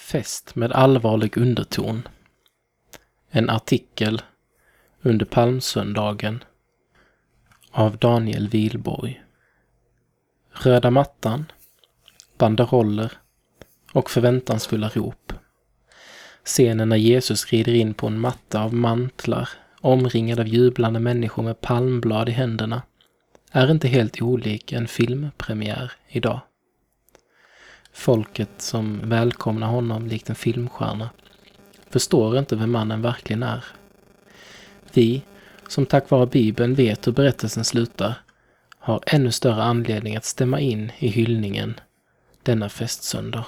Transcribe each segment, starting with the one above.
Fest med allvarlig underton. En artikel under palmsöndagen av Daniel Wilborg. Röda mattan, banderoller och förväntansfulla rop. Scenen när Jesus rider in på en matta av mantlar, omringad av jublande människor med palmblad i händerna, är inte helt olik en filmpremiär idag. Folket som välkomnar honom likt en filmstjärna förstår inte vem mannen verkligen är. Vi, som tack vare Bibeln vet hur berättelsen slutar, har ännu större anledning att stämma in i hyllningen denna festsöndag.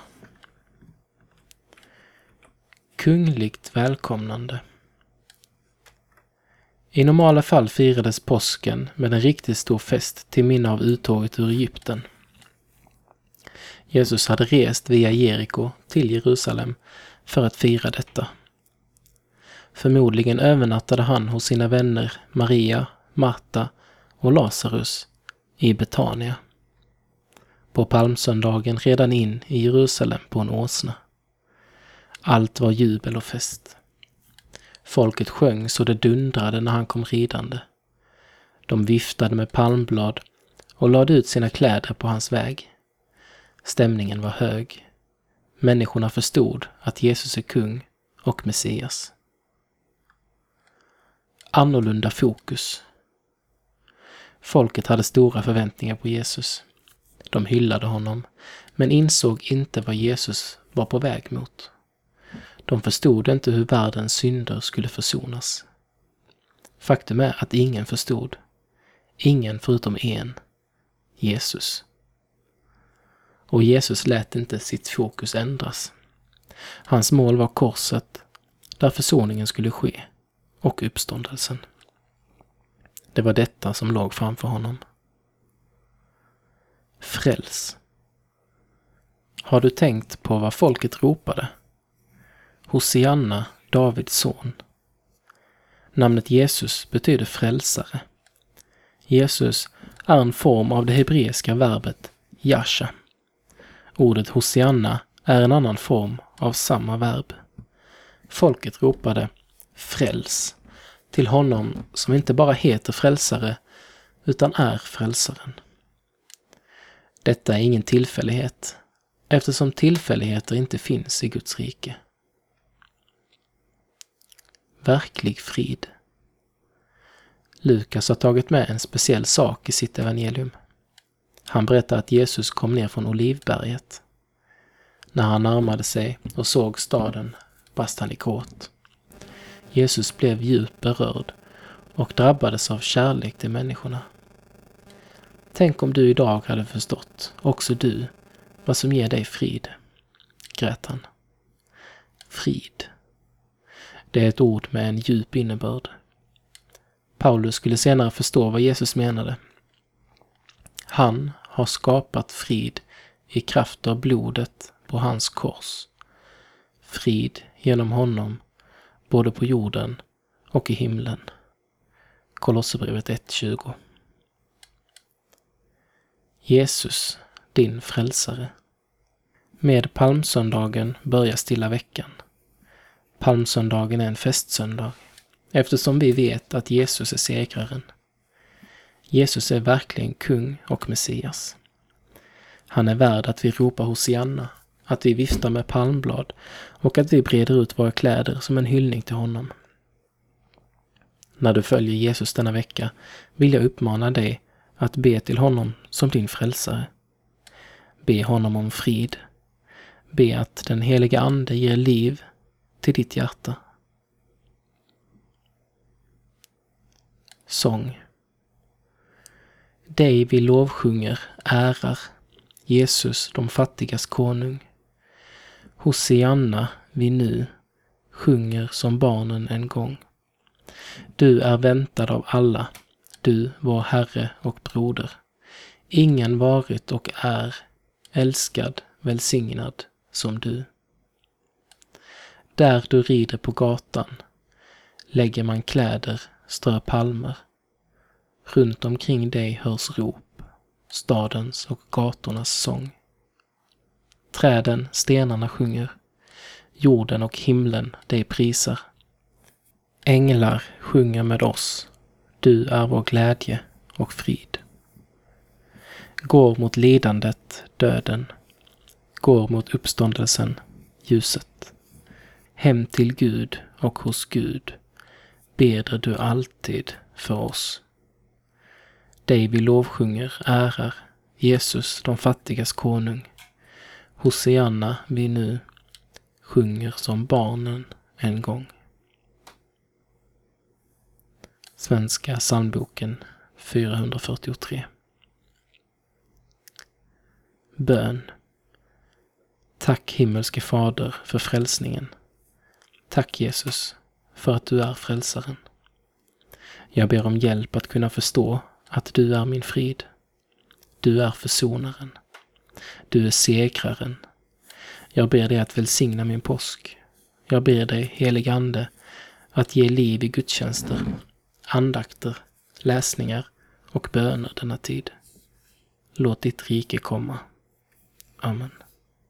Kungligt välkomnande. I normala fall firades påsken med en riktigt stor fest till minne av uttåget ur Egypten. Jesus hade rest via Jeriko till Jerusalem för att fira detta. Förmodligen övernattade han hos sina vänner Maria, Marta och Lazarus i Betania. På palmsöndagen redan in i Jerusalem på en åsna. Allt var jubel och fest. Folket sjöng så det dundrade när han kom ridande. De viftade med palmblad och lade ut sina kläder på hans väg. Stämningen var hög. Människorna förstod att Jesus är kung och Messias. Annorlunda fokus. Folket hade stora förväntningar på Jesus. De hyllade honom, men insåg inte vad Jesus var på väg mot. De förstod inte hur världens synder skulle försonas. Faktum är att ingen förstod. Ingen förutom en. Jesus. Och Jesus lät inte sitt fokus ändras. Hans mål var korset, där försoningen skulle ske, och uppståndelsen. Det var detta som låg framför honom. Fräls. Har du tänkt på vad folket ropade? Hosianna, Davids son. Namnet Jesus betyder frälsare. Jesus är en form av det hebreiska verbet Yasha. Ordet Hosianna är en annan form av samma verb. Folket ropade fräls till honom som inte bara heter frälsare utan är frälsaren. Detta är ingen tillfällighet, eftersom tillfälligheter inte finns i Guds rike. Verklig frid. Lukas har tagit med en speciell sak i sitt evangelium. Han berättar att Jesus kom ner från Olivberget. När han närmade sig och såg staden brast han i gråt. Jesus blev djupt berörd och drabbades av kärlek till människorna. Tänk om du idag hade förstått, också du, vad som ger dig frid, grät han. Frid. Det är ett ord med en djup innebörd. Paulus skulle senare förstå vad Jesus menade. Han har skapat frid i kraft av blodet på hans kors. Frid genom honom, både på jorden och i himlen. Kolosserbrevet 1:20. Jesus, din frälsare. Med palmsöndagen börjar stilla veckan. Palmsöndagen är en festsöndag, eftersom vi vet att Jesus är segraren. Jesus är verkligen kung och Messias. Han är värd att vi ropar Hosianna, att vi viftar med palmblad och att vi breder ut våra kläder som en hyllning till honom. När du följer Jesus denna vecka vill jag uppmana dig att be till honom som din frälsare. Be honom om frid. Be att den heliga ande ger liv till ditt hjärta. Sång. Dig vi lovsjunger, ärar, Jesus de fattigas konung. Hosianna vi nu sjunger som barnen en gång. Du är väntad av alla, du vår Herre och broder. Ingen varit och är älskad, välsignad som du. Där du rider på gatan lägger man kläder, strör palmer. Runt omkring dig hörs rop, stadens och gatornas sång. Träden, stenarna sjunger. Jorden och himlen dig prisar. Änglar sjunger med oss. Du är vår glädje och frid. Går mot lidandet, döden. Går mot uppståndelsen, ljuset. Hem till Gud och hos Gud beder du alltid för oss. Dig vi lovsjunger, ärar, Jesus, de fattigas konung. Hosianna vi nu sjunger som barnen en gång. Svenska psalmboken 443. Bön. Tack himmelske Fader för frälsningen. Tack Jesus för att du är frälsaren. Jag ber om hjälp att kunna förstå att du är min frid. Du är försonaren. Du är segraren. Jag ber dig att välsigna min påsk. Jag ber dig, helig Ande, att ge liv i gudstjänster, andakter, läsningar och böner denna tid. Låt ditt rike komma. Amen.